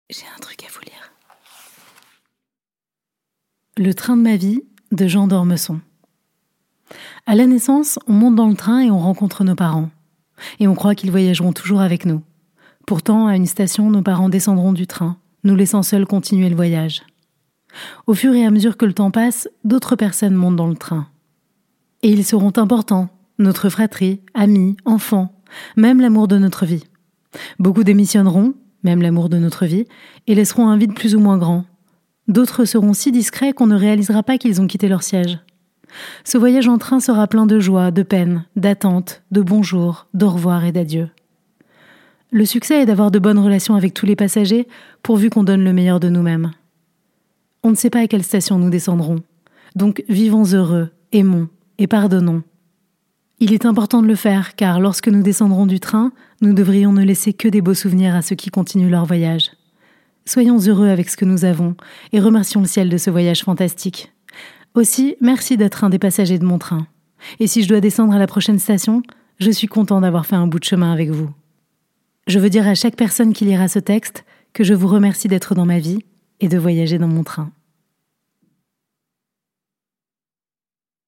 J'ai un truc à vous lire. Le train de ma vie de Jean d'Ormesson. À la naissance, on monte dans le train et on rencontre nos parents. Et on croit qu'ils voyageront toujours avec nous. Pourtant, à une station, nos parents descendront du train, nous laissant seuls continuer le voyage. Au fur et à mesure que le temps passe, d'autres personnes montent dans le train. Et ils seront importants, notre fratrie, amis, enfants, même l'amour de notre vie. Beaucoup démissionneront, même l'amour de notre vie, et laisseront un vide plus ou moins grand. D'autres seront si discrets qu'on ne réalisera pas qu'ils ont quitté leur siège. Ce voyage en train sera plein de joie, de peine, d'attente, de bonjour, d'au revoir et d'adieu. Le succès est d'avoir de bonnes relations avec tous les passagers, pourvu qu'on donne le meilleur de nous-mêmes. On ne sait pas à quelle station nous descendrons, donc vivons heureux, aimons et pardonnons. Il est important de le faire, car lorsque nous descendrons du train, nous devrions ne laisser que des beaux souvenirs à ceux qui continuent leur voyage. Soyons heureux avec ce que nous avons et remercions le ciel de ce voyage fantastique. Aussi, merci d'être un des passagers de mon train. Et si je dois descendre à la prochaine station, je suis content d'avoir fait un bout de chemin avec vous. Je veux dire à chaque personne qui lira ce texte que je vous remercie d'être dans ma vie et de voyager dans mon train.